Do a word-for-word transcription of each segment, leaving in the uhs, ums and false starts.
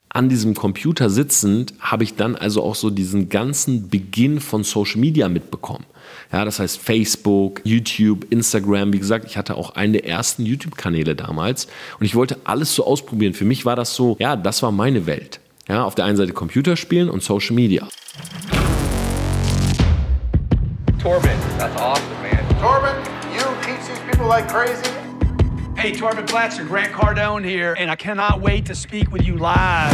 an diesem Computer sitzend habe ich dann also auch so diesen ganzen Beginn von Social Media mitbekommen. Ja, das heißt Facebook, YouTube, Instagram. Wie gesagt, ich hatte auch einen der ersten YouTube-Kanäle damals und ich wollte alles so ausprobieren. Für mich war das so, ja, das war meine Welt. Ja, auf der einen Seite Computerspielen und Social Media. Torben, that's awesome, man. Torben, you teach these people like crazy. Hey, Torben Blatcher, Grant Cardone here, and I cannot wait to speak with you live.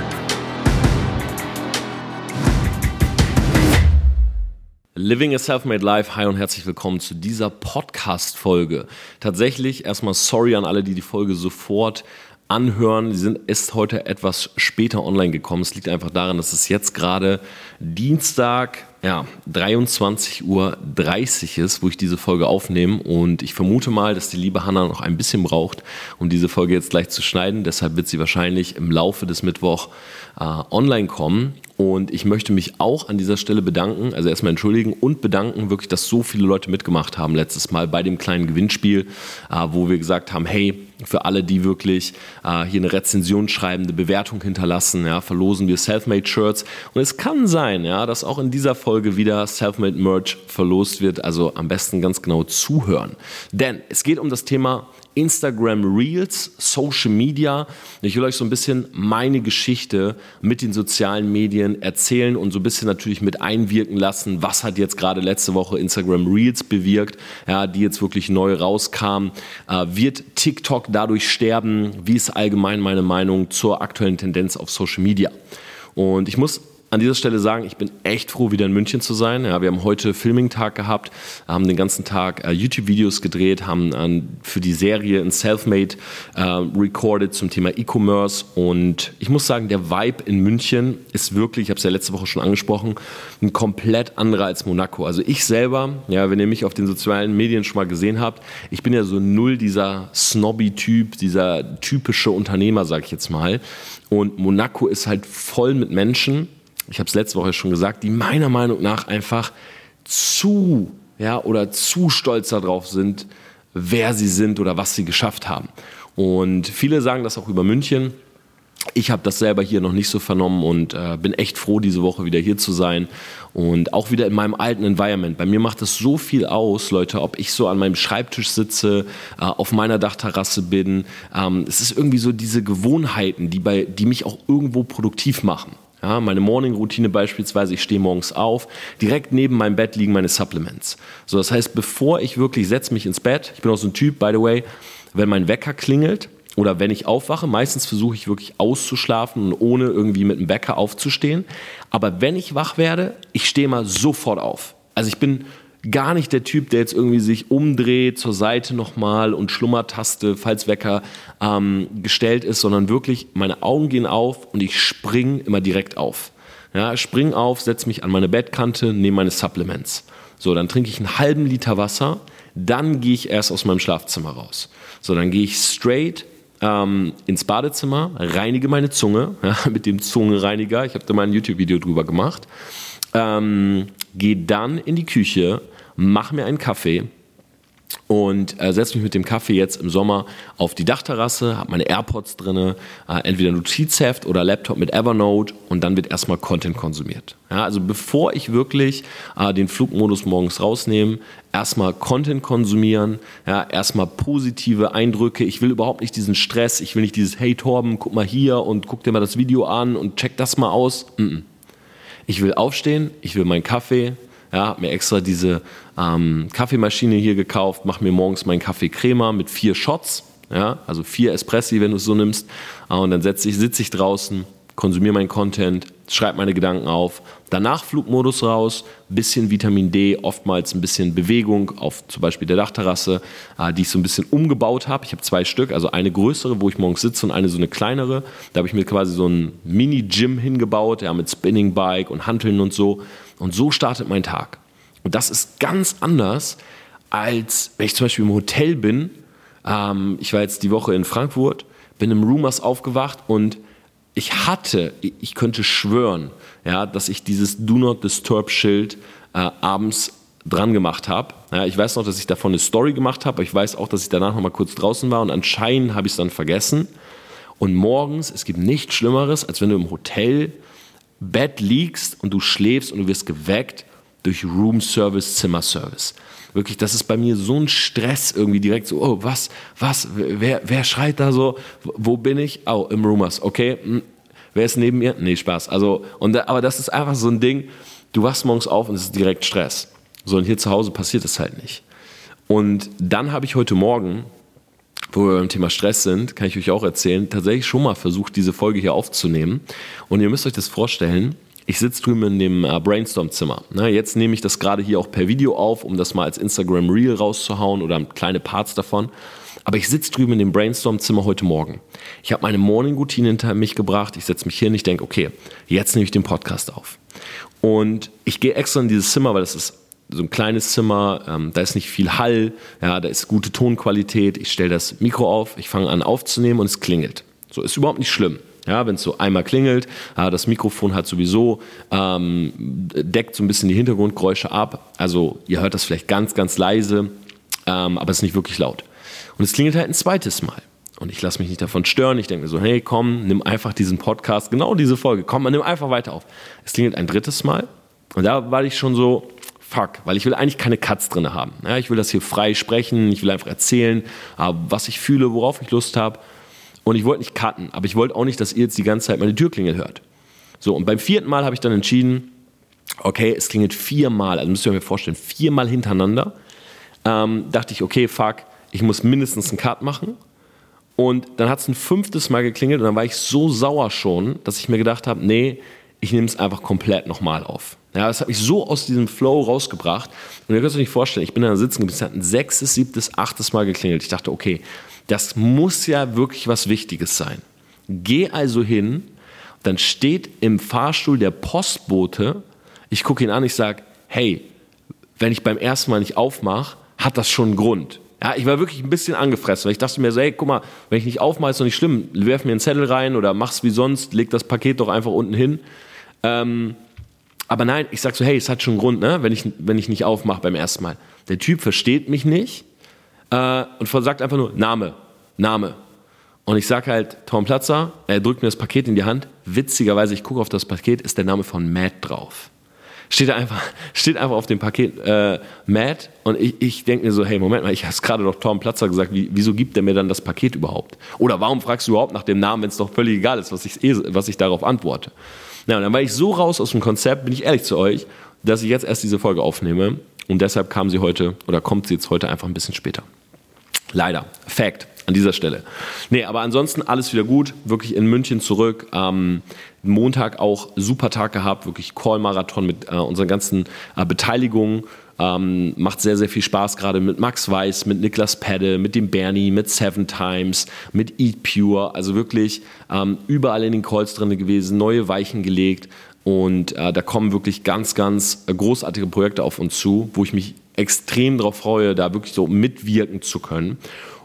Living a Self-Made Life, hi und herzlich willkommen zu dieser Podcast-Folge. Tatsächlich erstmal sorry an alle, die die Folge sofort anhören. Die sind ist heute etwas später online gekommen. Es liegt einfach daran, dass es jetzt gerade Dienstag, ja, dreiundzwanzig Uhr dreißig ist, wo ich diese Folge aufnehme, und ich vermute mal, dass die liebe Hannah noch ein bisschen braucht, um diese Folge jetzt gleich zu schneiden. Deshalb wird sie wahrscheinlich im Laufe des Mittwoch äh, online kommen. Und ich möchte mich auch an dieser Stelle bedanken, also erstmal entschuldigen und bedanken, wirklich, dass so viele Leute mitgemacht haben letztes Mal bei dem kleinen Gewinnspiel, äh, wo wir gesagt haben, hey, für alle, die wirklich äh, hier eine Rezension schreiben, eine Bewertung hinterlassen, ja, verlosen wir Selfmade Shirts. Und es kann sein, ja, dass auch in dieser Folge wieder Selfmade Merch verlost wird, also am besten ganz genau zuhören. Denn es geht um das Thema Instagram Reels, Social Media. Ich will euch so ein bisschen meine Geschichte mit den sozialen Medien erzählen und so ein bisschen natürlich mit einwirken lassen, was hat jetzt gerade letzte Woche Instagram Reels bewirkt, ja, die jetzt wirklich neu rauskamen. Äh, wird TikTok dadurch sterben? Wie ist allgemein meine Meinung zur aktuellen Tendenz auf Social Media? Und ich muss an dieser Stelle sagen, ich bin echt froh, wieder in München zu sein. Ja, wir haben heute Filming-Tag gehabt, haben den ganzen Tag äh, YouTube-Videos gedreht, haben äh, für die Serie in Selfmade äh, recorded zum Thema E-Commerce. Und ich muss sagen, der Vibe in München ist wirklich, ich habe es ja letzte Woche schon angesprochen, ein komplett anderer als Monaco. Also ich selber, ja, wenn ihr mich auf den sozialen Medien schon mal gesehen habt, ich bin ja so null dieser Snobby-Typ, dieser typische Unternehmer, sag ich jetzt mal. Und Monaco ist halt voll mit Menschen, ich habe es letzte Woche schon gesagt, die meiner Meinung nach einfach zu, ja, oder zu stolz darauf sind, wer sie sind oder was sie geschafft haben. Und viele sagen das auch über München. Ich habe das selber hier noch nicht so vernommen und äh, bin echt froh, diese Woche wieder hier zu sein und auch wieder in meinem alten Environment. Bei mir macht es so viel aus, Leute, ob ich so an meinem Schreibtisch sitze, äh, auf meiner Dachterrasse bin. Ähm, es ist irgendwie so diese Gewohnheiten, die, bei, die mich auch irgendwo produktiv machen. Ja, meine Morning-Routine beispielsweise, ich stehe morgens auf, direkt neben meinem Bett liegen meine Supplements. So, das heißt, bevor ich wirklich setze mich ins Bett, ich bin auch so ein Typ, by the way, wenn mein Wecker klingelt oder wenn ich aufwache, meistens versuche ich wirklich auszuschlafen und ohne irgendwie mit dem Wecker aufzustehen. Aber wenn ich wach werde, ich stehe mal sofort auf. Also ich bin gar nicht der Typ, der jetzt irgendwie sich umdreht, zur Seite nochmal und Schlummertaste, falls Wecker ähm, gestellt ist, sondern wirklich, meine Augen gehen auf und ich springe immer direkt auf. Ja, spring auf, setze mich an meine Bettkante, nehme meine Supplements. So, dann trinke ich einen halben Liter Wasser, dann gehe ich erst aus meinem Schlafzimmer raus. So, dann gehe ich straight ähm, ins Badezimmer, reinige meine Zunge, ja, mit dem Zungenreiniger, ich habe da mal ein YouTube-Video drüber gemacht, ähm, gehe dann in die Küche, mache mir einen Kaffee und äh, setze mich mit dem Kaffee jetzt im Sommer auf die Dachterrasse, habe meine AirPods drin, äh, entweder Notizheft oder Laptop mit Evernote, und dann wird erstmal Content konsumiert. Ja, also bevor ich wirklich äh, den Flugmodus morgens rausnehme, erstmal Content konsumieren, ja, erstmal positive Eindrücke. Ich will überhaupt nicht diesen Stress, ich will nicht dieses Hey Torben, guck mal hier und guck dir mal das Video an und check das mal aus. Mm-mm. Ich will aufstehen, ich will meinen Kaffee, ja, habe mir extra diese ähm, Kaffeemaschine hier gekauft, mache mir morgens meinen Kaffee Crema mit vier Shots, ja, also vier Espressi, wenn du es so nimmst, äh, und dann setze ich, sitze ich draußen, konsumiere meinen Content, schreibe meine Gedanken auf, danach Flugmodus raus, bisschen Vitamin D, oftmals ein bisschen Bewegung auf zum Beispiel der Dachterrasse, äh, die ich so ein bisschen umgebaut habe. Ich habe zwei Stück, also eine größere, wo ich morgens sitze, und eine so eine kleinere. Da habe ich mir quasi so ein Mini-Gym hingebaut, ja, mit Spinning-Bike und Hanteln und so. Und so startet mein Tag. Und das ist ganz anders, als wenn ich zum Beispiel im Hotel bin. Ähm, ich war jetzt die Woche in Frankfurt, bin im Roomers aufgewacht und ich hatte, ich könnte schwören, ja, dass ich dieses Do Not Disturb Schild äh, abends dran gemacht habe. Ja, ich weiß noch, dass ich davon eine Story gemacht habe, aber ich weiß auch, dass ich danach noch mal kurz draußen war und anscheinend habe ich es dann vergessen. Und morgens, es gibt nichts Schlimmeres, als wenn du im Hotelbett liegst und du schläfst und du wirst geweckt durch Roomservice, Zimmerservice. Wirklich, das ist bei mir so ein Stress irgendwie direkt so, oh, was, was, wer, wer schreit da so, wo bin ich? Oh, im Roomers, okay, hm. Wer ist neben mir? Nee, Spaß. Also, und da, aber das ist einfach so ein Ding, du wachst morgens auf und es ist direkt Stress. So, und hier zu Hause passiert das halt nicht. Und dann habe ich heute Morgen, wo wir beim Thema Stress sind, kann ich euch auch erzählen, tatsächlich schon mal versucht, diese Folge hier aufzunehmen. Und ihr müsst euch das vorstellen, ich sitze drüben in dem äh, Brainstorm-Zimmer. Na, jetzt nehme ich das gerade hier auch per Video auf, um das mal als Instagram-Reel rauszuhauen oder kleine Parts davon. Aber ich sitze drüben in dem Brainstorm-Zimmer heute Morgen. Ich habe meine Morning-Routine hinter mich gebracht. Ich setze mich hin und ich denke, okay, jetzt nehme ich den Podcast auf. Und ich gehe extra in dieses Zimmer, weil das ist so ein kleines Zimmer, ähm, da ist nicht viel Hall, ja, da ist gute Tonqualität. Ich stelle das Mikro auf, ich fange an aufzunehmen und es klingelt. So, ist überhaupt nicht schlimm. Ja, wenn es so einmal klingelt, äh, das Mikrofon hat sowieso, ähm, deckt so ein bisschen die Hintergrundgeräusche ab. Also ihr hört das vielleicht ganz, ganz leise, ähm, aber es ist nicht wirklich laut. Und es klingelt halt ein zweites Mal. Und ich lasse mich nicht davon stören. Ich denke mir so, hey, komm, nimm einfach diesen Podcast, genau diese Folge, komm, nimm einfach weiter auf. Es klingelt ein drittes Mal. Und da war ich schon so, fuck, weil ich will eigentlich keine Cuts drin haben. Ja, ich will das hier frei sprechen, ich will einfach erzählen, was ich fühle, worauf ich Lust habe. Und ich wollte nicht cutten, aber ich wollte auch nicht, dass ihr jetzt die ganze Zeit meine Türklingel hört. So, und beim vierten Mal habe ich dann entschieden, okay, es klingelt viermal, also müsst ihr euch mir vorstellen, viermal hintereinander. Ähm, dachte ich, okay, fuck, ich muss mindestens einen Cut machen. Und dann hat es ein fünftes Mal geklingelt und dann war ich so sauer schon, dass ich mir gedacht habe, nee, ich nehme es einfach komplett nochmal auf. Ja, das hat mich so aus diesem Flow rausgebracht. Und ihr könnt euch nicht vorstellen, ich bin da sitzen geblieben, es hat ein sechstes, siebtes, achtes Mal geklingelt. Ich dachte, okay, das muss ja wirklich was Wichtiges sein. Geh also hin, dann steht im Fahrstuhl der Postbote, ich gucke ihn an, ich sage, hey, wenn ich beim ersten Mal nicht aufmache, hat das schon einen Grund. Ja, ich war wirklich ein bisschen angefressen, weil ich dachte mir so, hey, guck mal, wenn ich nicht aufmache, ist doch nicht schlimm, werf mir einen Zettel rein oder mach's wie sonst, leg das Paket doch einfach unten hin. Ähm, aber nein, ich sag so, hey, es hat schon einen Grund, ne, wenn ich, wenn ich nicht aufmache beim ersten Mal. Der Typ versteht mich nicht äh, und sagt einfach nur, Name, Name. Und ich sag halt, Tom Platzer, er drückt mir das Paket in die Hand. Witzigerweise, ich gucke auf das Paket, ist der Name von Matt drauf. Steht da einfach, steht einfach auf dem Paket äh, Matt und ich, ich denke mir so, hey, Moment mal, ich habe es gerade doch Tom Platzer gesagt, wie, wieso gibt der mir dann das Paket überhaupt? Oder warum fragst du überhaupt nach dem Namen, wenn es doch völlig egal ist, was ich, was ich darauf antworte? Na, und dann war ich so raus aus dem Konzept, bin ich ehrlich zu euch, dass ich jetzt erst diese Folge aufnehme und deshalb kam sie heute, oder kommt sie jetzt heute einfach ein bisschen später. Leider. Fact. An dieser Stelle. Nee, aber ansonsten alles wieder gut. Wirklich in München zurück. Ähm, Montag auch super Tag gehabt. Wirklich Call-Marathon mit äh, unseren ganzen äh, Beteiligungen. Ähm, macht sehr, sehr viel Spaß gerade mit Max Weiß, mit Niklas Pedde, mit dem Bernie, mit Seven Times, mit Eat Pure. Also wirklich ähm, überall in den Calls drin gewesen, neue Weichen gelegt. Und äh, da kommen wirklich ganz, ganz großartige Projekte auf uns zu, wo ich mich extrem darauf freue, da wirklich so mitwirken zu können.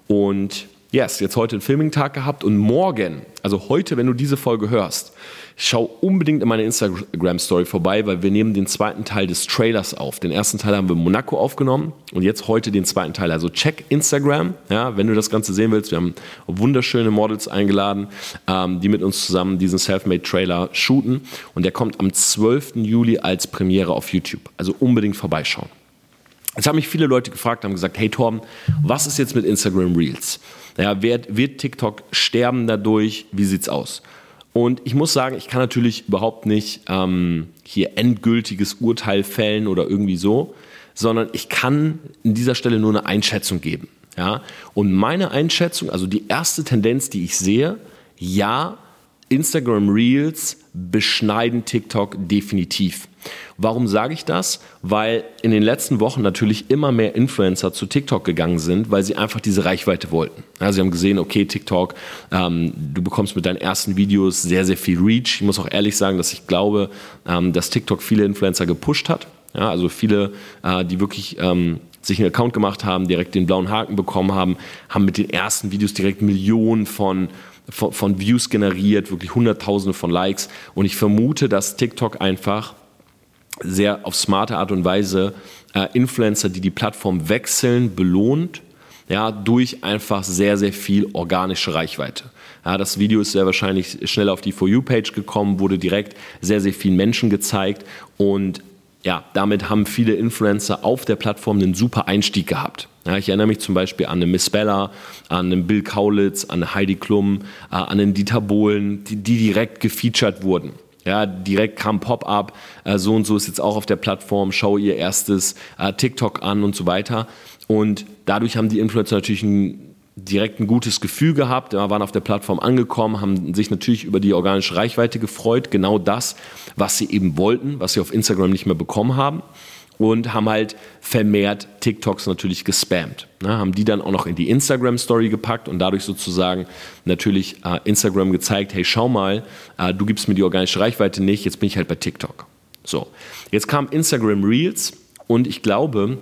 Und yes, jetzt heute einen Filming-Tag gehabt und morgen, also heute, wenn du diese Folge hörst, schau unbedingt in meine Instagram-Story vorbei, weil wir nehmen den zweiten Teil des Trailers auf. Den ersten Teil haben wir in Monaco aufgenommen und jetzt heute den zweiten Teil. Also check Instagram, ja, wenn du das Ganze sehen willst. Wir haben wunderschöne Models eingeladen, ähm, die mit uns zusammen diesen Selfmade-Trailer shooten und der kommt am zwölften Juli als Premiere auf YouTube. Also unbedingt vorbeischauen. Jetzt haben mich viele Leute gefragt, haben gesagt, hey Torben, was ist jetzt mit Instagram Reels? Naja, wird, wird TikTok sterben dadurch? Wie sieht's aus? Und ich muss sagen, ich kann natürlich überhaupt nicht ähm, hier endgültiges Urteil fällen oder irgendwie so, sondern ich kann an dieser Stelle nur eine Einschätzung geben. Ja? Und meine Einschätzung, also die erste Tendenz, die ich sehe, ja, Instagram Reels beschneiden TikTok definitiv. Warum sage ich das? Weil in den letzten Wochen natürlich immer mehr Influencer zu TikTok gegangen sind, weil sie einfach diese Reichweite wollten. Ja, sie haben gesehen, okay, TikTok, ähm, du bekommst mit deinen ersten Videos sehr, sehr viel Reach. Ich muss auch ehrlich sagen, dass ich glaube, ähm, dass TikTok viele Influencer gepusht hat. Ja, also viele, äh, die wirklich ähm, sich einen Account gemacht haben, direkt den blauen Haken bekommen haben, haben mit den ersten Videos direkt Millionen von Von, von Views generiert, wirklich Hunderttausende von Likes. Und ich vermute, dass TikTok einfach sehr auf smarte Art und Weise äh, Influencer, die die Plattform wechseln, belohnt, ja, durch einfach sehr, sehr viel organische Reichweite. Ja, das Video ist sehr wahrscheinlich schnell auf die For You-Page gekommen, wurde direkt sehr, sehr vielen Menschen gezeigt und ja, damit haben viele Influencer auf der Plattform einen super Einstieg gehabt. Ja, ich erinnere mich zum Beispiel an eine Miss Bella, an einen Bill Kaulitz, an eine Heidi Klum, äh, an einen Dieter Bohlen, die, die direkt gefeatured wurden. Ja, direkt kam Pop-up, äh, so und so ist jetzt auch auf der Plattform, schau ihr erstes äh, TikTok an und so weiter. Und dadurch haben die Influencer natürlich ein direkt ein gutes Gefühl gehabt, ja, waren auf der Plattform angekommen, haben sich natürlich über die organische Reichweite gefreut, genau das, was sie eben wollten, was sie auf Instagram nicht mehr bekommen haben und haben halt vermehrt TikToks natürlich gespammt. Ne, haben die dann auch noch in die Instagram-Story gepackt und dadurch sozusagen natürlich äh, Instagram gezeigt, hey, schau mal, äh, du gibst mir die organische Reichweite nicht, jetzt bin ich halt bei TikTok. So, jetzt kam Instagram Reels und ich glaube,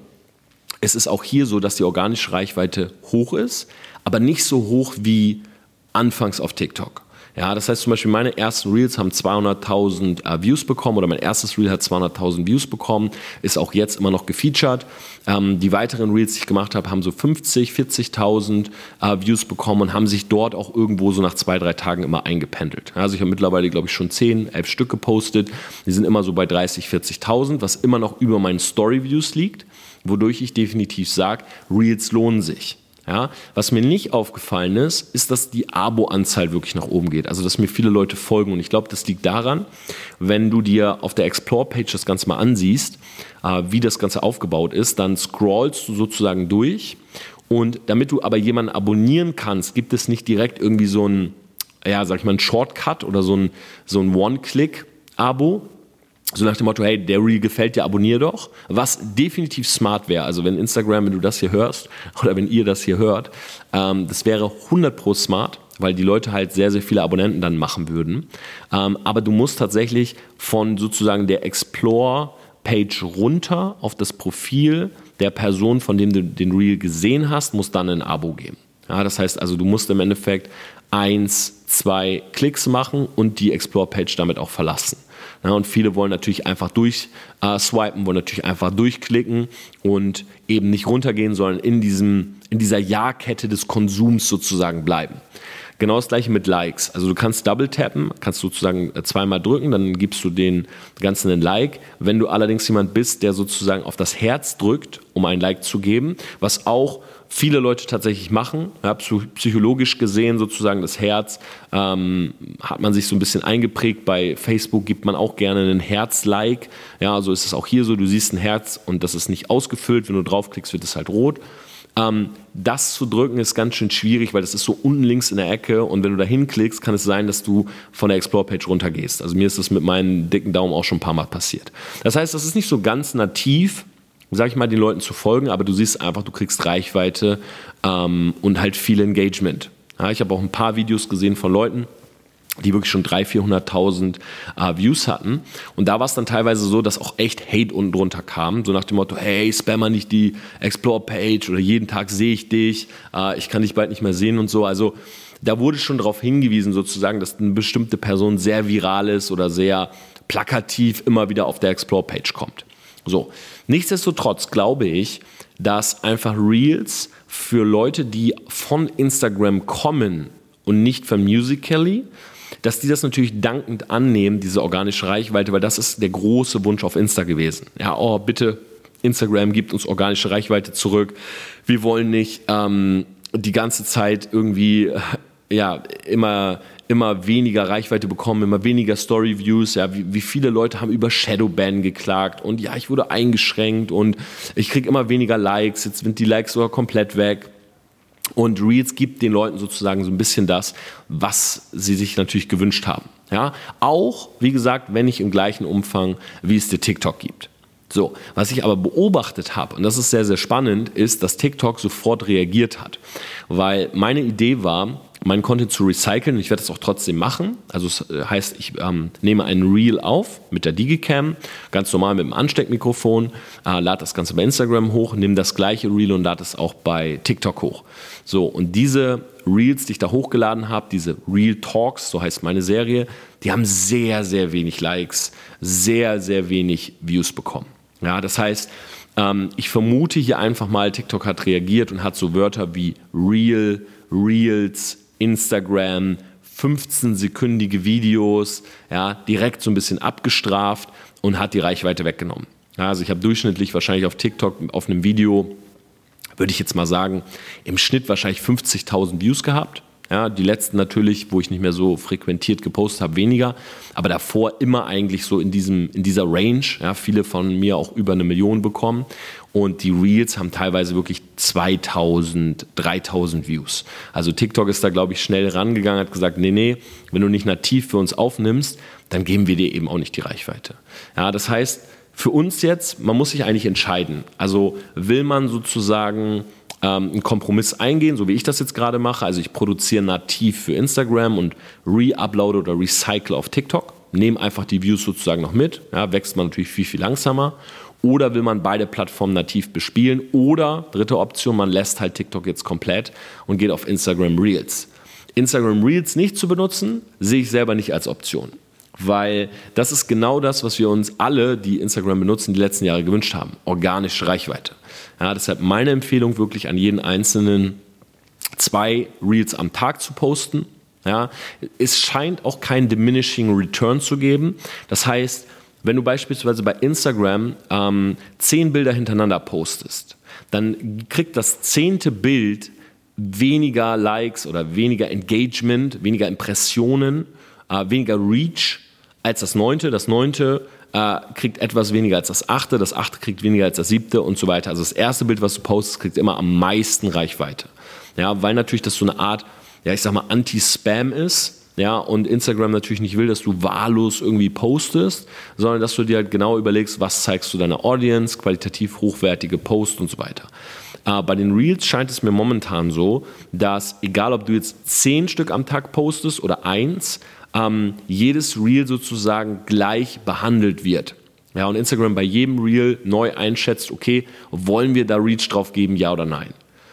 es ist auch hier so, dass die organische Reichweite hoch ist, aber nicht so hoch wie anfangs auf TikTok. Ja, das heißt zum Beispiel, meine ersten Reels haben zweihunderttausend äh, Views bekommen oder mein erstes Reel hat zweihunderttausend Views bekommen, ist auch jetzt immer noch gefeatured. Ähm, die weiteren Reels, die ich gemacht habe, haben so fünfzig, vierzigtausend äh, Views bekommen und haben sich dort auch irgendwo so nach zwei, drei Tagen immer eingependelt. Also ich habe mittlerweile, glaube ich, schon zehn, elf Stück gepostet. Die sind immer so bei dreißig, vierzigtausend, was immer noch über meinen Story-Views liegt, wodurch ich definitiv sage, Reels lohnen sich. Ja, was mir nicht aufgefallen ist, ist, dass die Abo-Anzahl wirklich nach oben geht. Also, dass mir viele Leute folgen. Und ich glaube, das liegt daran, wenn du dir auf der Explore-Page das Ganze mal ansiehst, äh, wie das Ganze aufgebaut ist, dann scrollst du sozusagen durch. Und damit du aber jemanden abonnieren kannst, gibt es nicht direkt irgendwie so ein, ja, sag ich mal, ein Shortcut oder so ein, so ein One-Click-Abo. So nach dem Motto, hey, der Reel gefällt dir, abonnier doch. Was definitiv smart wäre, also wenn Instagram, wenn du das hier hörst oder wenn ihr das hier hört, ähm, das wäre hundert Pro smart, weil die Leute halt sehr, sehr viele Abonnenten dann machen würden. Ähm, aber du musst tatsächlich von sozusagen der Explore-Page runter auf das Profil der Person, von dem du den Reel gesehen hast, musst dann ein Abo geben. Ja, das heißt also, du musst im Endeffekt eins, zwei Klicks machen und die Explore-Page damit auch verlassen. Ja, und viele wollen natürlich einfach durchswipen, äh, wollen natürlich einfach durchklicken und eben nicht runtergehen, sondern in, diesem, in dieser Ja-Kette des Konsums sozusagen bleiben. Genau das gleiche mit Likes. Also du kannst Double tappen, kannst sozusagen zweimal drücken, dann gibst du den Ganzen einen Like. Wenn du allerdings jemand bist, der sozusagen auf das Herz drückt, um ein Like zu geben, was auch viele Leute tatsächlich machen, ja, psychologisch gesehen sozusagen das Herz, ähm, hat man sich so ein bisschen eingeprägt. Bei Facebook gibt man auch gerne einen Herz-Like. Ja, also ist es auch hier so, du siehst ein Herz und das ist nicht ausgefüllt. Wenn du draufklickst, wird es halt rot. Ähm, das zu drücken ist ganz schön schwierig, weil das ist so unten links in der Ecke und wenn du da hinklickst, kann es sein, dass du von der Explore-Page runtergehst. Also mir ist das mit meinem dicken Daumen auch schon ein paar Mal passiert. Das heißt, das ist nicht so ganz nativ, sag ich mal, den Leuten zu folgen, aber du siehst einfach, du kriegst Reichweite ähm, und halt viel Engagement. Ja, ich habe auch ein paar Videos gesehen von Leuten, die wirklich schon dreihunderttausend, vierhunderttausend äh, Views hatten. Und da war es dann teilweise so, dass auch echt Hate unten drunter kam. So nach dem Motto, hey, spammer nicht die Explore-Page oder jeden Tag sehe ich dich, äh, ich kann dich bald nicht mehr sehen und so. Also da wurde schon darauf hingewiesen sozusagen, dass eine bestimmte Person sehr viral ist oder sehr plakativ immer wieder auf der Explore-Page kommt. So, nichtsdestotrotz glaube ich, dass einfach Reels für Leute, die von Instagram kommen und nicht von Musical.ly, dass die das natürlich dankend annehmen, diese organische Reichweite, weil das ist der große Wunsch auf Insta gewesen. Ja, oh, bitte, Instagram gibt uns organische Reichweite zurück. Wir wollen nicht ähm, die ganze Zeit irgendwie ja, immer, immer weniger Reichweite bekommen, immer weniger Story-Views. Ja, wie, wie viele Leute haben über Shadowban geklagt und ja, ich wurde eingeschränkt und ich kriege immer weniger Likes, jetzt sind die Likes sogar komplett weg. Und Reels gibt den Leuten sozusagen so ein bisschen das, was sie sich natürlich gewünscht haben. Ja, auch, wie gesagt, wenn nicht im gleichen Umfang, wie es der TikTok gibt. So, was ich aber beobachtet habe, und das ist sehr, sehr spannend, ist, dass TikTok sofort reagiert hat. Weil meine Idee war, meinen Content zu recyceln und ich werde das auch trotzdem machen. Also das heißt, ich ähm, nehme einen Reel auf mit der Digicam, ganz normal mit dem Ansteckmikrofon, äh, lade das Ganze bei Instagram hoch, nehme das gleiche Reel und lade es auch bei TikTok hoch. So, und diese Reels, die ich da hochgeladen habe, diese Reel Talks, so heißt meine Serie, die haben sehr, sehr wenig Likes, sehr, sehr wenig Views bekommen. Ja, das heißt, ähm, ich vermute hier einfach mal, TikTok hat reagiert und hat so Wörter wie Reel, Reels, Instagram, fünfzehn-sekündige Videos, ja, direkt so ein bisschen abgestraft und hat die Reichweite weggenommen. Ja, also ich habe durchschnittlich wahrscheinlich auf TikTok auf einem Video, würde ich jetzt mal sagen, im Schnitt wahrscheinlich fünfzigtausend Views gehabt. Ja, die letzten natürlich, wo ich nicht mehr so frequentiert gepostet habe, weniger. Aber davor immer eigentlich so in, diesem, in dieser Range. Ja, viele von mir auch über eine Million bekommen. Und die Reels haben teilweise wirklich zweitausend, dreitausend Views. Also TikTok ist da, glaube ich, schnell rangegangen, hat gesagt, nee, nee, wenn du nicht nativ für uns aufnimmst, dann geben wir dir eben auch nicht die Reichweite. Ja, das heißt, für uns jetzt, man muss sich eigentlich entscheiden. Also will man sozusagen einen Kompromiss eingehen, so wie ich das jetzt gerade mache. Also ich produziere nativ für Instagram und re-uploade oder recycle auf TikTok. Nehme einfach die Views sozusagen noch mit. Ja, wächst man natürlich viel, viel langsamer. Oder will man beide Plattformen nativ bespielen? Oder, dritte Option, man lässt halt TikTok jetzt komplett und geht auf Instagram Reels. Instagram Reels nicht zu benutzen, sehe ich selber nicht als Option. Weil das ist genau das, was wir uns alle, die Instagram benutzen, die letzten Jahre gewünscht haben. Organische Reichweite. Ja, deshalb meine Empfehlung wirklich an jeden Einzelnen, zwei Reels am Tag zu posten. Ja, es scheint auch kein diminishing return zu geben. Das heißt, wenn du beispielsweise bei Instagram ähm, zehn Bilder hintereinander postest, dann kriegt das zehnte Bild weniger Likes oder weniger Engagement, weniger Impressionen, äh, weniger Reach als das neunte. Das neunte äh, kriegt etwas weniger als das achte, das achte kriegt weniger als das siebte und so weiter. Also das erste Bild, was du postest, kriegt immer am meisten Reichweite. Ja, weil natürlich das so eine Art, ja, ich sag mal, Anti-Spam ist. Ja, und Instagram natürlich nicht will, dass du wahllos irgendwie postest, sondern dass du dir halt genau überlegst, was zeigst du deiner Audience, qualitativ hochwertige Posts und so weiter. Äh, bei den Reels scheint es mir momentan so, dass egal ob du jetzt zehn Stück am Tag postest oder eins, ähm, jedes Reel sozusagen gleich behandelt wird. Ja, und Instagram bei jedem Reel neu einschätzt, okay, wollen wir da Reach drauf geben, ja oder nein?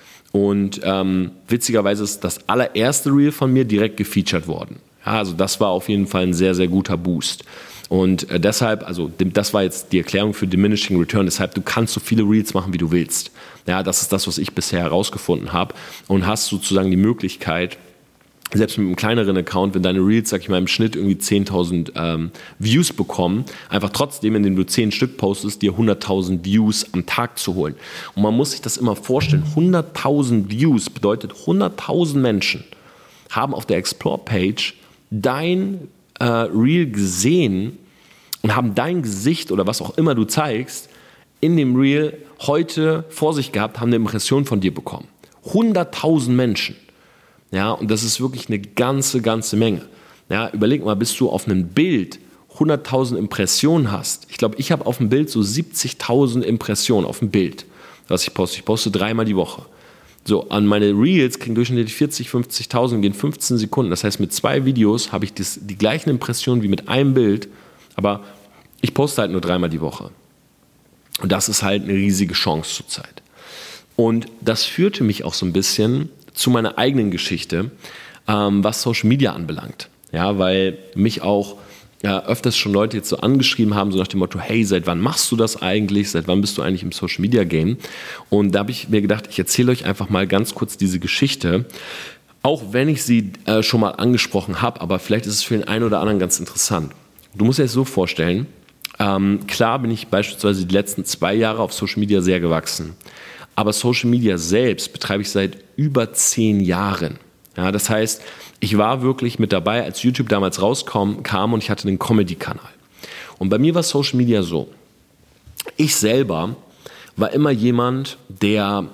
Und ähm, witzigerweise ist das allererste Reel von mir direkt gefeatured worden. Ja, also das war auf jeden Fall ein sehr, sehr guter Boost. Und äh, deshalb, also das war jetzt die Erklärung für Diminishing Return. Deshalb, du kannst so viele Reels machen, wie du willst. Ja, das ist das, was ich bisher herausgefunden habe. Und hast sozusagen die Möglichkeit, selbst mit einem kleineren Account, wenn deine Reels, sag ich mal, im Schnitt irgendwie zehntausend ähm, Views bekommen, einfach trotzdem, indem du zehn Stück postest, dir hunderttausend Views am Tag zu holen. Und man muss sich das immer vorstellen, hunderttausend Views bedeutet, hunderttausend Menschen haben auf der Explore-Page dein äh, Reel gesehen und haben dein Gesicht oder was auch immer du zeigst, in dem Reel heute vor sich gehabt, haben eine Impression von dir bekommen. hunderttausend Menschen. Ja, und das ist wirklich eine ganze, ganze Menge. Ja, überleg mal, bis du auf einem Bild hunderttausend Impressionen hast. Ich glaube, ich habe auf dem Bild so siebzigtausend Impressionen auf dem Bild, was ich poste. Ich poste dreimal die Woche. So, an meine Reels kriegen durchschnittlich vierzig, fünfzigtausend, gehen fünfzehn Sekunden. Das heißt, mit zwei Videos habe ich das, die gleichen Impressionen wie mit einem Bild, aber ich poste halt nur dreimal die Woche. Und das ist halt eine riesige Chance zurzeit. Und das führte mich auch so ein bisschen zu meiner eigenen Geschichte, ähm, was Social Media anbelangt. Ja, weil mich auch ja, öfters schon Leute jetzt so angeschrieben haben, so nach dem Motto, hey, seit wann machst du das eigentlich? Seit wann bist du eigentlich im Social Media Game? Und da habe ich mir gedacht, ich erzähle euch einfach mal ganz kurz diese Geschichte, auch wenn ich sie äh, schon mal angesprochen habe, aber vielleicht ist es für den einen oder anderen ganz interessant. Du musst dir das so vorstellen, ähm, klar bin ich beispielsweise die letzten zwei Jahre auf Social Media sehr gewachsen. Aber Social Media selbst betreibe ich seit über zehn Jahren. Ja, das heißt, ich war wirklich mit dabei, als YouTube damals rauskam kam und ich hatte einen Comedy-Kanal. Und bei mir war Social Media so. Ich selber war immer jemand, der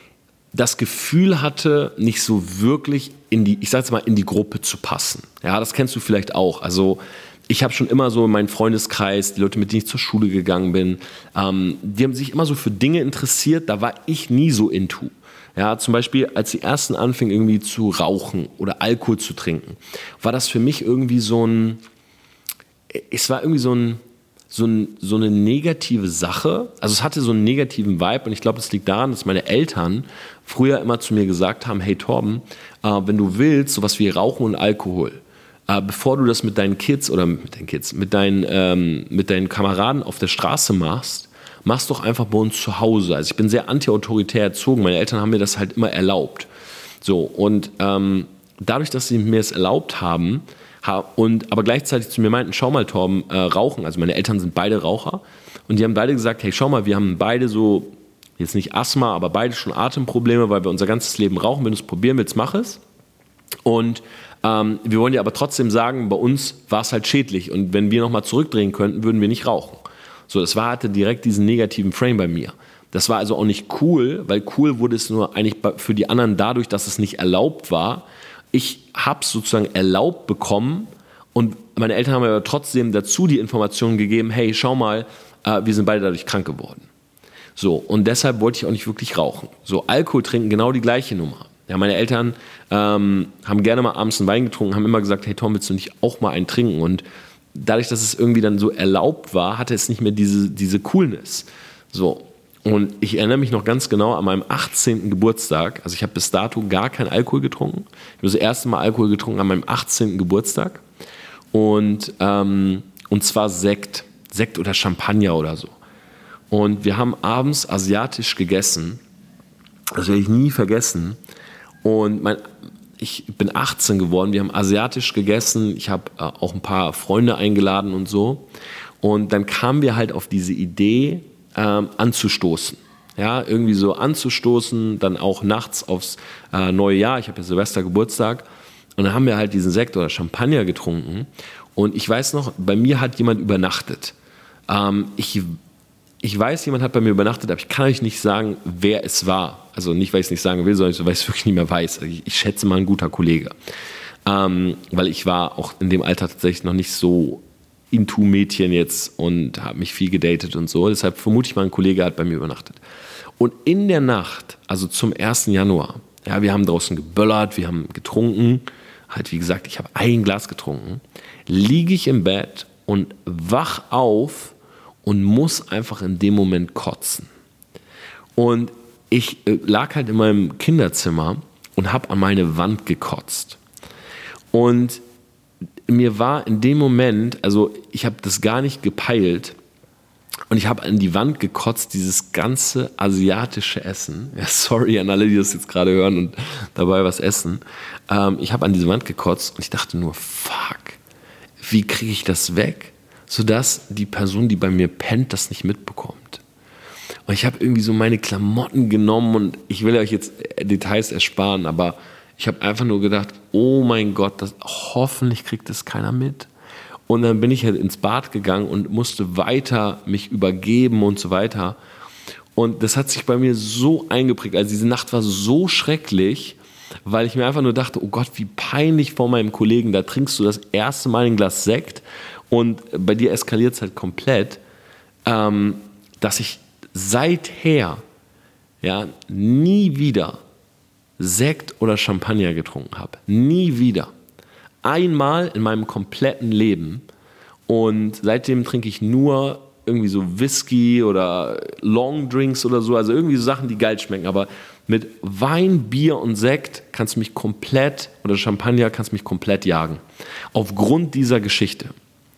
das Gefühl hatte, nicht so wirklich in die, ich sag jetzt mal, in die Gruppe zu passen. Ja, das kennst du vielleicht auch. Also ich habe schon immer so in meinem Freundeskreis, die Leute, mit denen ich zur Schule gegangen bin, ähm, die haben sich immer so für Dinge interessiert, da war ich nie so into. Ja, zum Beispiel, als die ersten anfingen irgendwie zu rauchen oder Alkohol zu trinken, war das für mich irgendwie so ein, es war irgendwie so ein, so, ein, so eine negative Sache. Also es hatte so einen negativen Vibe und ich glaube, das liegt daran, dass meine Eltern früher immer zu mir gesagt haben, hey Torben, äh, wenn du willst, sowas wie Rauchen und Alkohol, äh, bevor du das mit deinen Kids oder mit deinen Kids, mit deinen, ähm, mit deinen Kameraden auf der Straße machst, mach's doch einfach bei uns zu Hause. Also ich bin sehr anti-autoritär erzogen. Meine Eltern haben mir das halt immer erlaubt. So, und ähm, dadurch, dass sie mir es erlaubt haben, und aber gleichzeitig zu mir meinten, schau mal Torben, äh, Rauchen, also meine Eltern sind beide Raucher und die haben beide gesagt, hey schau mal, wir haben beide so, jetzt nicht Asthma, aber beide schon Atemprobleme, weil wir unser ganzes Leben rauchen, wenn du es probieren willst, mach es. Und ähm, wir wollen dir aber trotzdem sagen, bei uns war es halt schädlich und wenn wir nochmal zurückdrehen könnten, würden wir nicht rauchen. So, das war, hatte direkt diesen negativen Frame bei mir. Das war also auch nicht cool, weil cool wurde es nur eigentlich für die anderen dadurch, dass es nicht erlaubt war. Ich habe es sozusagen erlaubt bekommen und meine Eltern haben mir aber trotzdem dazu die Informationen gegeben, hey, schau mal, äh, wir sind beide dadurch krank geworden. So, und deshalb wollte ich auch nicht wirklich rauchen. So, Alkohol trinken, genau die gleiche Nummer. Ja, meine Eltern ähm, haben gerne mal abends einen Wein getrunken, haben immer gesagt, hey Tom, willst du nicht auch mal einen trinken? Und dadurch, dass es irgendwie dann so erlaubt war, hatte es nicht mehr diese, diese Coolness. So. Und ich erinnere mich noch ganz genau an meinem achtzehnten Geburtstag. Also ich habe bis dato gar keinen Alkohol getrunken. Ich habe das erste Mal Alkohol getrunken an meinem achtzehnten Geburtstag. Und, ähm, und zwar Sekt. Sekt oder Champagner oder so. Und wir haben abends asiatisch gegessen. Das werde ich nie vergessen. Und mein, ich bin achtzehn geworden. Wir haben asiatisch gegessen. Ich habe äh, auch ein paar Freunde eingeladen und so. Und dann kamen wir halt auf diese Idee, Ähm, anzustoßen. Ja, irgendwie so anzustoßen, dann auch nachts aufs äh, neue Jahr. Ich habe ja Silvester Geburtstag. Und dann haben wir halt diesen Sekt oder Champagner getrunken. Und ich weiß noch, bei mir hat jemand übernachtet. Ähm, ich, ich weiß, jemand hat bei mir übernachtet, aber ich kann euch nicht sagen, wer es war. Also nicht, weil ich es nicht sagen will, sondern weil ich es wirklich nicht mehr weiß. Also ich, ich schätze mal ein guter Kollege. Ähm, weil ich war auch in dem Alter tatsächlich noch nicht so into Mädchen jetzt und habe mich viel gedatet und so. Deshalb vermute ich mal, ein Kollege hat bei mir übernachtet. Und in der Nacht, also zum ersten Januar, ja, wir haben draußen geböllert, wir haben getrunken, halt wie gesagt, ich habe ein Glas getrunken, liege ich im Bett und wach auf und muss einfach in dem Moment kotzen. Und ich äh, lag halt in meinem Kinderzimmer und habe an meine Wand gekotzt. Und mir war in dem Moment, also ich habe das gar nicht gepeilt und ich habe an die Wand gekotzt, dieses ganze asiatische Essen. Ja, sorry an alle, die das jetzt gerade hören und dabei was essen. Ähm, ich habe an diese Wand gekotzt und ich dachte nur, fuck, wie kriege ich das weg, sodass die Person, die bei mir pennt, das nicht mitbekommt. Und ich habe irgendwie so meine Klamotten genommen und ich will euch jetzt Details ersparen, aber ich habe einfach nur gedacht, oh mein Gott, das, hoffentlich kriegt das keiner mit. Und dann bin ich halt ins Bad gegangen und musste weiter mich übergeben und so weiter. Und das hat sich bei mir so eingeprägt. Also diese Nacht war so schrecklich, weil ich mir einfach nur dachte, oh Gott, wie peinlich vor meinem Kollegen. Da trinkst du das erste Mal ein Glas Sekt und bei dir eskaliert es halt komplett, ähm, dass ich seither ja, nie wieder Sekt oder Champagner getrunken habe. Nie wieder. Einmal in meinem kompletten Leben. Und seitdem trinke ich nur irgendwie so Whisky oder Longdrinks oder so. Also irgendwie so Sachen, die geil schmecken. Aber mit Wein, Bier und Sekt kannst du mich komplett, oder Champagner kannst du mich komplett jagen. Aufgrund dieser Geschichte.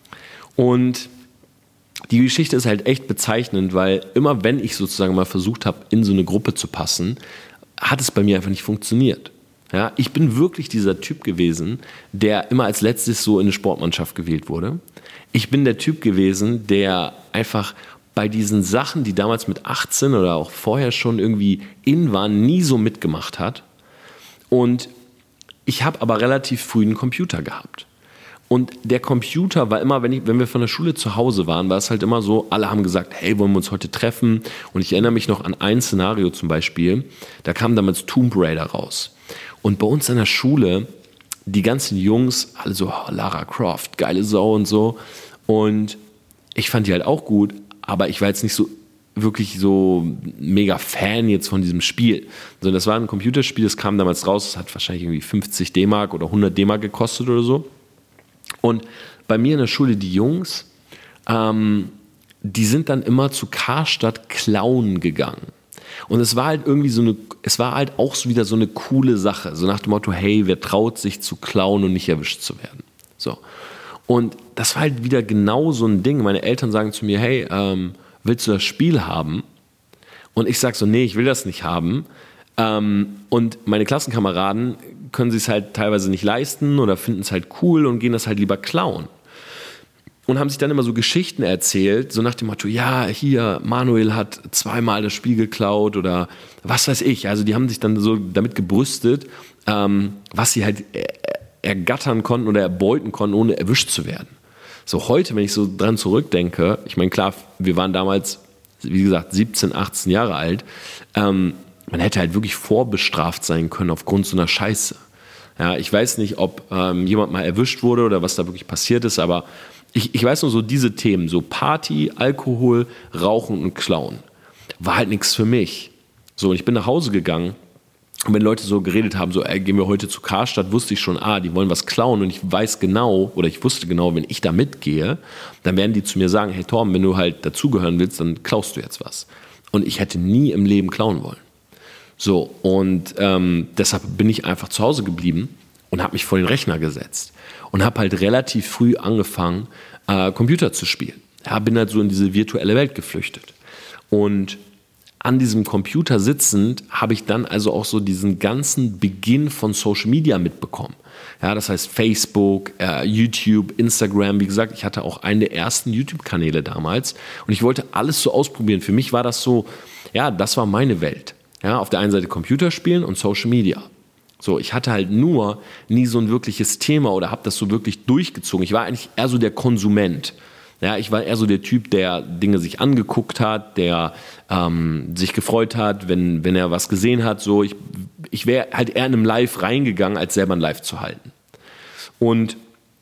Und die Geschichte ist halt echt bezeichnend, weil immer wenn ich sozusagen mal versucht habe, in so eine Gruppe zu passen, hat es bei mir einfach nicht funktioniert. Ja, ich bin wirklich dieser Typ gewesen, der immer als letztes so in eine Sportmannschaft gewählt wurde. Ich bin der Typ gewesen, der einfach bei diesen Sachen, die damals mit achtzehn oder auch vorher schon irgendwie in waren, nie so mitgemacht hat. Und ich habe aber relativ früh einen Computer gehabt. Und der Computer war immer, wenn, ich, wenn wir von der Schule zu Hause waren, war es halt immer so, alle haben gesagt, hey, wollen wir uns heute treffen? Und ich erinnere mich noch an ein Szenario zum Beispiel, da kam damals Tomb Raider raus. Und bei uns in der Schule, die ganzen Jungs, alle so, oh, Lara Croft, geile Sau und so. Und ich fand die halt auch gut, aber ich war jetzt nicht so wirklich so mega Fan jetzt von diesem Spiel. Also das war ein Computerspiel, das kam damals raus, das hat wahrscheinlich irgendwie fünfzig D-Mark oder hundert D-Mark gekostet oder so. Und bei mir in der Schule, die Jungs, ähm, die sind dann immer zu Karstadt klauen gegangen. Und es war halt irgendwie so eine, es war halt auch so wieder so eine coole Sache. So nach dem Motto, hey, wer traut sich zu klauen und nicht erwischt zu werden? So. Und das war halt wieder genau so ein Ding. Meine Eltern sagen zu mir, hey, ähm, willst du das Spiel haben? Und ich sage so, nee, ich will das nicht haben. Ähm, und meine Klassenkameraden können sich es halt teilweise nicht leisten oder finden es halt cool und gehen das halt lieber klauen. Und haben sich dann immer so Geschichten erzählt, so nach dem Motto, ja, hier, Manuel hat zweimal das Spiel geklaut oder was weiß ich. Also die haben sich dann so damit gebrüstet, ähm, was sie halt ergattern konnten oder erbeuten konnten, ohne erwischt zu werden. So heute, wenn ich so dran zurückdenke, ich meine, klar, wir waren damals, wie gesagt, siebzehn, achtzehn Jahre alt, ähm, man hätte halt wirklich vorbestraft sein können aufgrund so einer Scheiße. Ja, ich weiß nicht, ob ähm, jemand mal erwischt wurde oder was da wirklich passiert ist, aber ich, ich weiß nur so diese Themen, so Party, Alkohol, Rauchen und Klauen, war halt nichts für mich. So, und ich bin nach Hause gegangen und wenn Leute so geredet haben, so, ey, gehen wir heute zu Karstadt, wusste ich schon, ah, die wollen was klauen und ich weiß genau, oder ich wusste genau, wenn ich da mitgehe, dann werden die zu mir sagen, hey Torben, wenn du halt dazugehören willst, dann klaust du jetzt was. Und ich hätte nie im Leben klauen wollen. So, und ähm, deshalb bin ich einfach zu Hause geblieben und habe mich vor den Rechner gesetzt und habe halt relativ früh angefangen, äh, Computer zu spielen. Ja, bin halt so in diese virtuelle Welt geflüchtet. Und an diesem Computer sitzend habe ich dann also auch so diesen ganzen Beginn von Social Media mitbekommen. Ja, das heißt Facebook, äh, YouTube, Instagram. Wie gesagt, ich hatte auch einen der ersten YouTube-Kanäle damals und ich wollte alles so ausprobieren. Für mich war das so, ja, das war meine Welt. Ja, auf der einen Seite Computerspielen und Social Media. So, ich hatte halt nur nie so ein wirkliches Thema oder habe das so wirklich durchgezogen. Ich war eigentlich eher so der Konsument. Ja, ich war eher so der Typ, der Dinge sich angeguckt hat, der ähm, sich gefreut hat, wenn, wenn er was gesehen hat. So, ich, ich wäre halt eher in einem Live reingegangen, als selber ein Live zu halten. Und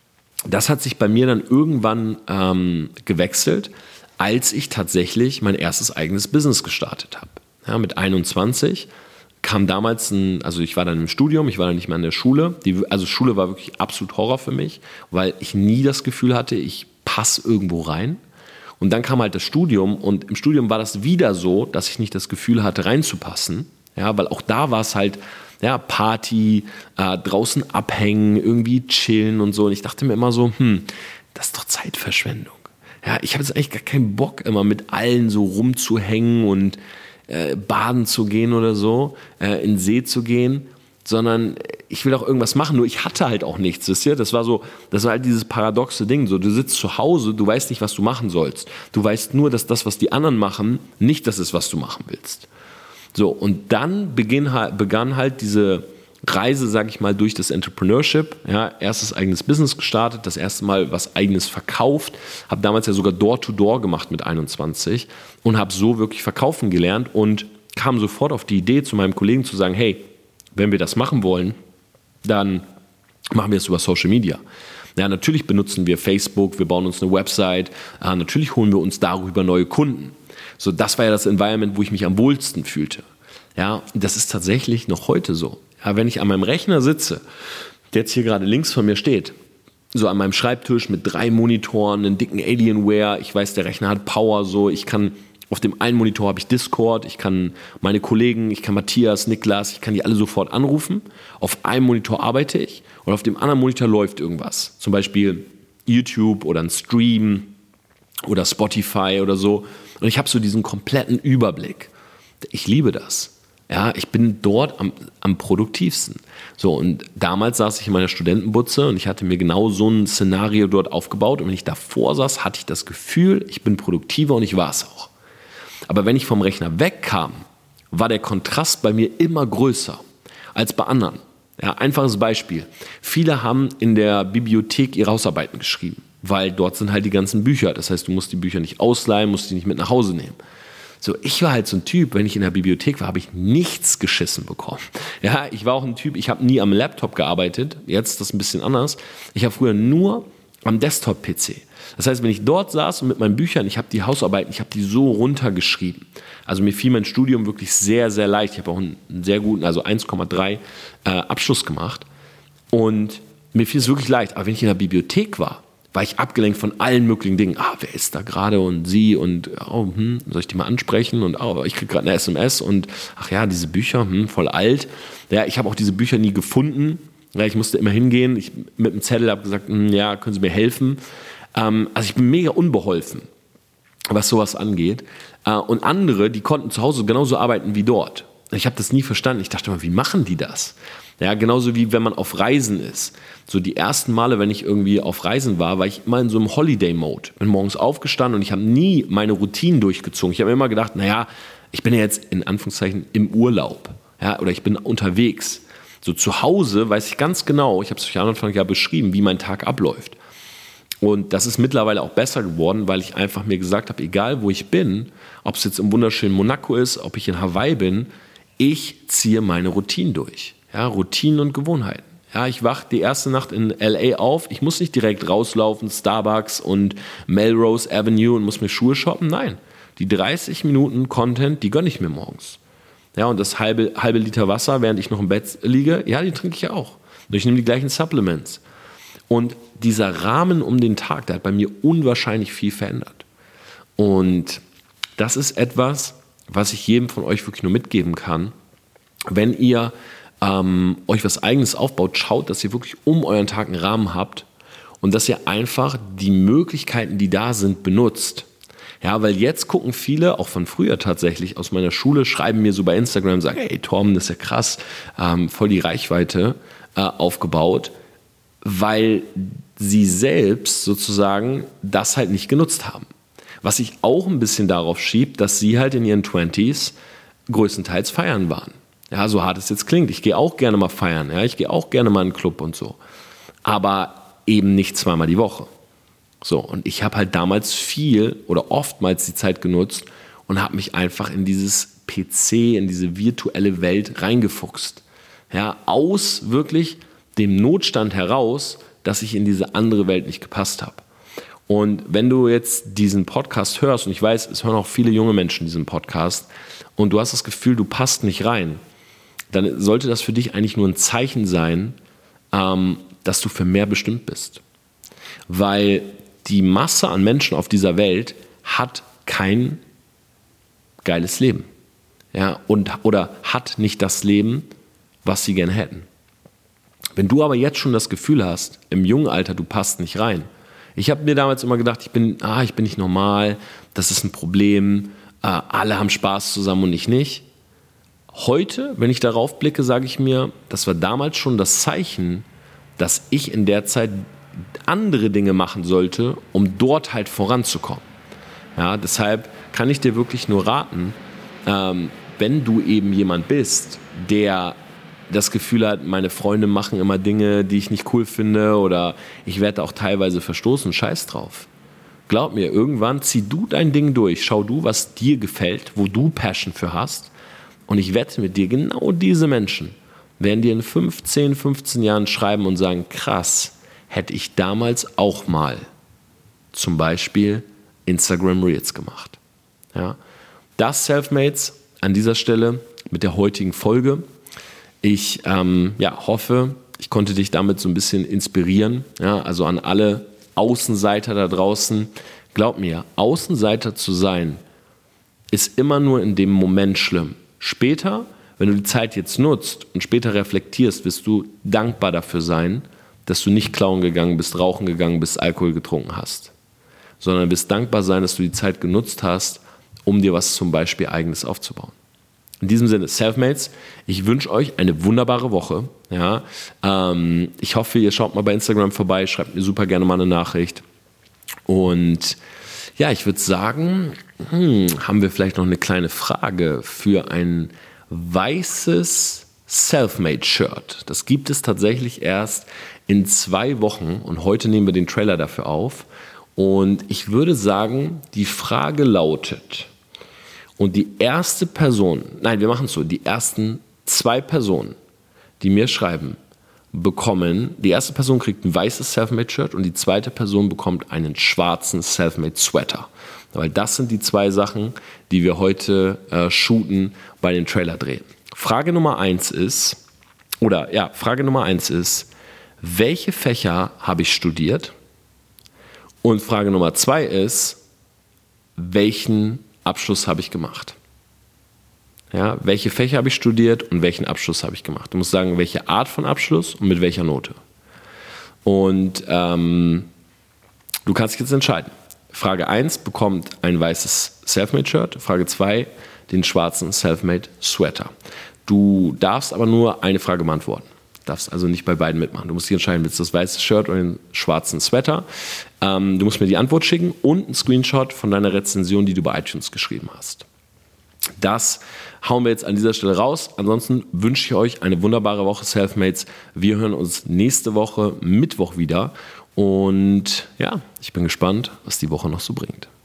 das hat sich bei mir dann irgendwann ähm, gewechselt, als ich tatsächlich mein erstes eigenes Business gestartet habe. Ja, mit einundzwanzig kam damals ein, also ich war dann im Studium, ich war dann nicht mehr in der Schule. Die, also Schule war wirklich absolut Horror für mich, weil ich nie das Gefühl hatte, ich passe irgendwo rein. Und dann kam halt das Studium und im Studium war das wieder so, dass ich nicht das Gefühl hatte, reinzupassen. Ja, weil auch da war es halt, ja, Party, äh, draußen abhängen, irgendwie chillen und so. Und ich dachte mir immer so, hm, das ist doch Zeitverschwendung. Ja, ich habe jetzt eigentlich gar keinen Bock, immer mit allen so rumzuhängen und äh, baden zu gehen oder so, äh, in den See zu gehen, sondern ich will auch irgendwas machen, nur ich hatte halt auch nichts, wisst ihr? Das war so, das war halt dieses paradoxe Ding, so, du sitzt zu Hause, du weißt nicht, was du machen sollst. Du weißt nur, dass das, was die anderen machen, nicht das ist, was du machen willst. So, und dann beginn, begann halt diese Reise, sag ich mal, durch das Entrepreneurship. Ja, erstes eigenes Business gestartet, das erste Mal was eigenes verkauft, habe damals ja sogar Door-to-Door gemacht mit einundzwanzig und habe so wirklich verkaufen gelernt und kam sofort auf die Idee, zu meinem Kollegen zu sagen, hey, wenn wir das machen wollen, dann machen wir es über Social Media. Ja, natürlich benutzen wir Facebook, wir bauen uns eine Website, äh, natürlich holen wir uns darüber neue Kunden. So, das war ja das Environment, wo ich mich am wohlsten fühlte. Ja, das ist tatsächlich noch heute so. Ja, wenn ich an meinem Rechner sitze, der jetzt hier gerade links von mir steht, so an meinem Schreibtisch mit drei Monitoren, einen dicken Alienware, ich weiß, der Rechner hat Power, so, ich kann, auf dem einen Monitor habe ich Discord, ich kann meine Kollegen, ich kann Matthias, Niklas, ich kann die alle sofort anrufen. Auf einem Monitor arbeite ich und auf dem anderen Monitor läuft irgendwas. Zum Beispiel YouTube oder ein Stream oder Spotify oder so. Und ich habe so diesen kompletten Überblick. Ich liebe das. Ja, ich bin dort am, am produktivsten. So, und damals saß ich in meiner Studentenbutze und ich hatte mir genau so ein Szenario dort aufgebaut. Und wenn ich davor saß, hatte ich das Gefühl, ich bin produktiver und ich war es auch. Aber wenn ich vom Rechner wegkam, war der Kontrast bei mir immer größer als bei anderen. Ja, einfaches Beispiel. Viele haben in der Bibliothek ihre Hausarbeiten geschrieben, weil dort sind halt die ganzen Bücher. Das heißt, du musst die Bücher nicht ausleihen, musst die nicht mit nach Hause nehmen. So, ich war halt so ein Typ, wenn ich in der Bibliothek war, habe ich nichts geschissen bekommen. Ja, ich war auch ein Typ, ich habe nie am Laptop gearbeitet. Jetzt ist das ein bisschen anders. Ich habe früher nur am Desktop-P C. Das heißt, wenn ich dort saß und mit meinen Büchern, ich habe die Hausarbeiten, ich habe die so runtergeschrieben. Also mir fiel mein Studium wirklich sehr, sehr leicht. Ich habe auch einen sehr guten, also eins Komma drei äh, Abschluss gemacht. Und mir fiel es wirklich leicht. Aber wenn ich in der Bibliothek war, war ich abgelenkt von allen möglichen Dingen. Ah, wer ist da gerade und sie und oh, hm, soll ich die mal ansprechen? Und oh, ich kriege gerade eine S M S und ach ja, diese Bücher, hm, voll alt. Ja, ich habe auch diese Bücher nie gefunden. Ja, ich musste immer hingehen. Ich mit dem Zettel habe gesagt, hm, ja, können Sie mir helfen? Ähm, also ich bin mega unbeholfen, was sowas angeht. Äh, und andere, die konnten zu Hause genauso arbeiten wie dort. ich habe das nie verstanden. Ich dachte immer, wie machen die das? Ja, genauso wie wenn man auf Reisen ist. So die ersten Male, wenn ich irgendwie auf Reisen war, war ich immer in so einem Holiday-Mode. Bin morgens aufgestanden und ich habe nie meine Routinen durchgezogen. Ich habe mir immer gedacht, naja, ich bin ja jetzt in Anführungszeichen im Urlaub. Ja, oder ich bin unterwegs. So zu Hause weiß ich ganz genau, ich habe es euch am Anfang ja beschrieben, wie mein Tag abläuft. Und das ist mittlerweile auch besser geworden, weil ich einfach mir gesagt habe, egal wo ich bin, ob es jetzt im wunderschönen Monaco ist, ob ich in Hawaii bin, ich ziehe meine Routinen durch. Ja, Routinen und Gewohnheiten. Ja, ich wache die erste Nacht in L A auf. Ich muss nicht direkt rauslaufen, Starbucks und Melrose Avenue und muss mir Schuhe shoppen. Nein, die dreißig Minuten Content, die gönne ich mir morgens. Ja, und das halbe, halbe Liter Wasser, während ich noch im Bett liege, ja, die trinke ich ja auch. Und ich nehme die gleichen Supplements. Und dieser Rahmen um den Tag, der hat bei mir unwahrscheinlich viel verändert. Und das ist etwas, was ich jedem von euch wirklich nur mitgeben kann. Wenn ihr ähm, euch was Eigenes aufbaut, schaut, dass ihr wirklich um euren Tag einen Rahmen habt und dass ihr einfach die Möglichkeiten, die da sind, benutzt. Ja, weil jetzt gucken viele, auch von früher tatsächlich, aus meiner Schule, schreiben mir so bei Instagram, sagen, hey Torben, das ist ja krass, ähm, voll die Reichweite äh, aufgebaut, weil sie selbst sozusagen das halt nicht genutzt haben. Was ich auch ein bisschen darauf schiebe, dass sie halt in ihren Twenties größtenteils feiern waren. Ja, so hart es jetzt klingt. Ich gehe auch gerne mal feiern. Ja, ich gehe auch gerne mal in einen Club und so. Aber eben nicht zweimal die Woche. So, und ich habe halt damals viel oder oftmals die Zeit genutzt und habe mich einfach in dieses P C, in diese virtuelle Welt reingefuchst. Ja, aus wirklich dem Notstand heraus, dass ich in diese andere Welt nicht gepasst habe. Und wenn du jetzt diesen Podcast hörst, und ich weiß, es hören auch viele junge Menschen diesen Podcast, und du hast das Gefühl, du passt nicht rein, dann sollte das für dich eigentlich nur ein Zeichen sein, ähm, dass du für mehr bestimmt bist. Weil die Masse an Menschen auf dieser Welt hat kein geiles Leben. Ja, und, oder hat nicht das Leben, was sie gerne hätten. Wenn du aber jetzt schon das Gefühl hast, im jungen Alter, du passt nicht rein. Ich habe mir damals immer gedacht, ich bin, ah, ich bin nicht normal, das ist ein Problem, äh, alle haben Spaß zusammen und ich nicht. Heute, wenn ich darauf blicke, sage ich mir, das war damals schon das Zeichen, dass ich in der Zeit andere Dinge machen sollte, um dort halt voranzukommen. Ja, deshalb kann ich dir wirklich nur raten, ähm, wenn du eben jemand bist, der das Gefühl hat, meine Freunde machen immer Dinge, die ich nicht cool finde oder ich werde auch teilweise verstoßen, scheiß drauf. Glaub mir, irgendwann zieh du dein Ding durch, schau du, was dir gefällt, wo du Passion für hast und ich wette mit dir, genau diese Menschen werden dir in fünfzehn, fünfzehn Jahren schreiben und sagen, krass, hätte ich damals auch mal zum Beispiel Instagram Reels gemacht. Ja. Das Selfmates an dieser Stelle mit der heutigen Folge. Ich ähm, ja, hoffe, ich konnte dich damit so ein bisschen inspirieren. Ja, also an alle Außenseiter da draußen. Glaub mir, Außenseiter zu sein, ist immer nur in dem Moment schlimm. Später, wenn du die Zeit jetzt nutzt und später reflektierst, wirst du dankbar dafür sein, dass du nicht klauen gegangen bist, rauchen gegangen bist, Alkohol getrunken hast. Sondern wirst dankbar sein, dass du die Zeit genutzt hast, um dir was zum Beispiel Eigenes aufzubauen. In diesem Sinne, Selfmates, ich wünsche euch eine wunderbare Woche. Ja, ähm, ich hoffe, ihr schaut mal bei Instagram vorbei, schreibt mir super gerne mal eine Nachricht. Und ja, ich würde sagen, hm, haben wir vielleicht noch eine kleine Frage für ein weißes Selfmade-Shirt. Das gibt es tatsächlich erst in zwei Wochen und heute nehmen wir den Trailer dafür auf. Und ich würde sagen, die Frage lautet, und die erste Person, nein, wir machen es so, die ersten zwei Personen, die mir schreiben, bekommen, die erste Person kriegt ein weißes Selfmade-Shirt und die zweite Person bekommt einen schwarzen Selfmade-Sweater. Weil das sind die zwei Sachen, die wir heute äh, shooten, bei den Trailer drehen. Frage Nummer eins ist, oder ja, Frage Nummer eins ist, welche Fächer habe ich studiert? Und Frage Nummer zwei ist, welchen Abschluss habe ich gemacht? Ja, welche Fächer habe ich studiert und welchen Abschluss habe ich gemacht? Du musst sagen, welche Art von Abschluss und mit welcher Note. Und ähm, du kannst dich jetzt entscheiden. Frage eins bekommt ein weißes Selfmade-Shirt. Frage zwei, den schwarzen Selfmade Sweater. Du darfst aber nur eine Frage beantworten. Du darfst also nicht bei beiden mitmachen. Du musst dich entscheiden, willst du das weiße Shirt oder den schwarzen Sweater. Ähm, du musst mir die Antwort schicken und einen Screenshot von deiner Rezension, die du bei iTunes geschrieben hast. Das hauen wir jetzt an dieser Stelle raus. Ansonsten wünsche ich euch eine wunderbare Woche, Selfmates. Wir hören uns nächste Woche Mittwoch wieder. Und ja, ich bin gespannt, was die Woche noch so bringt.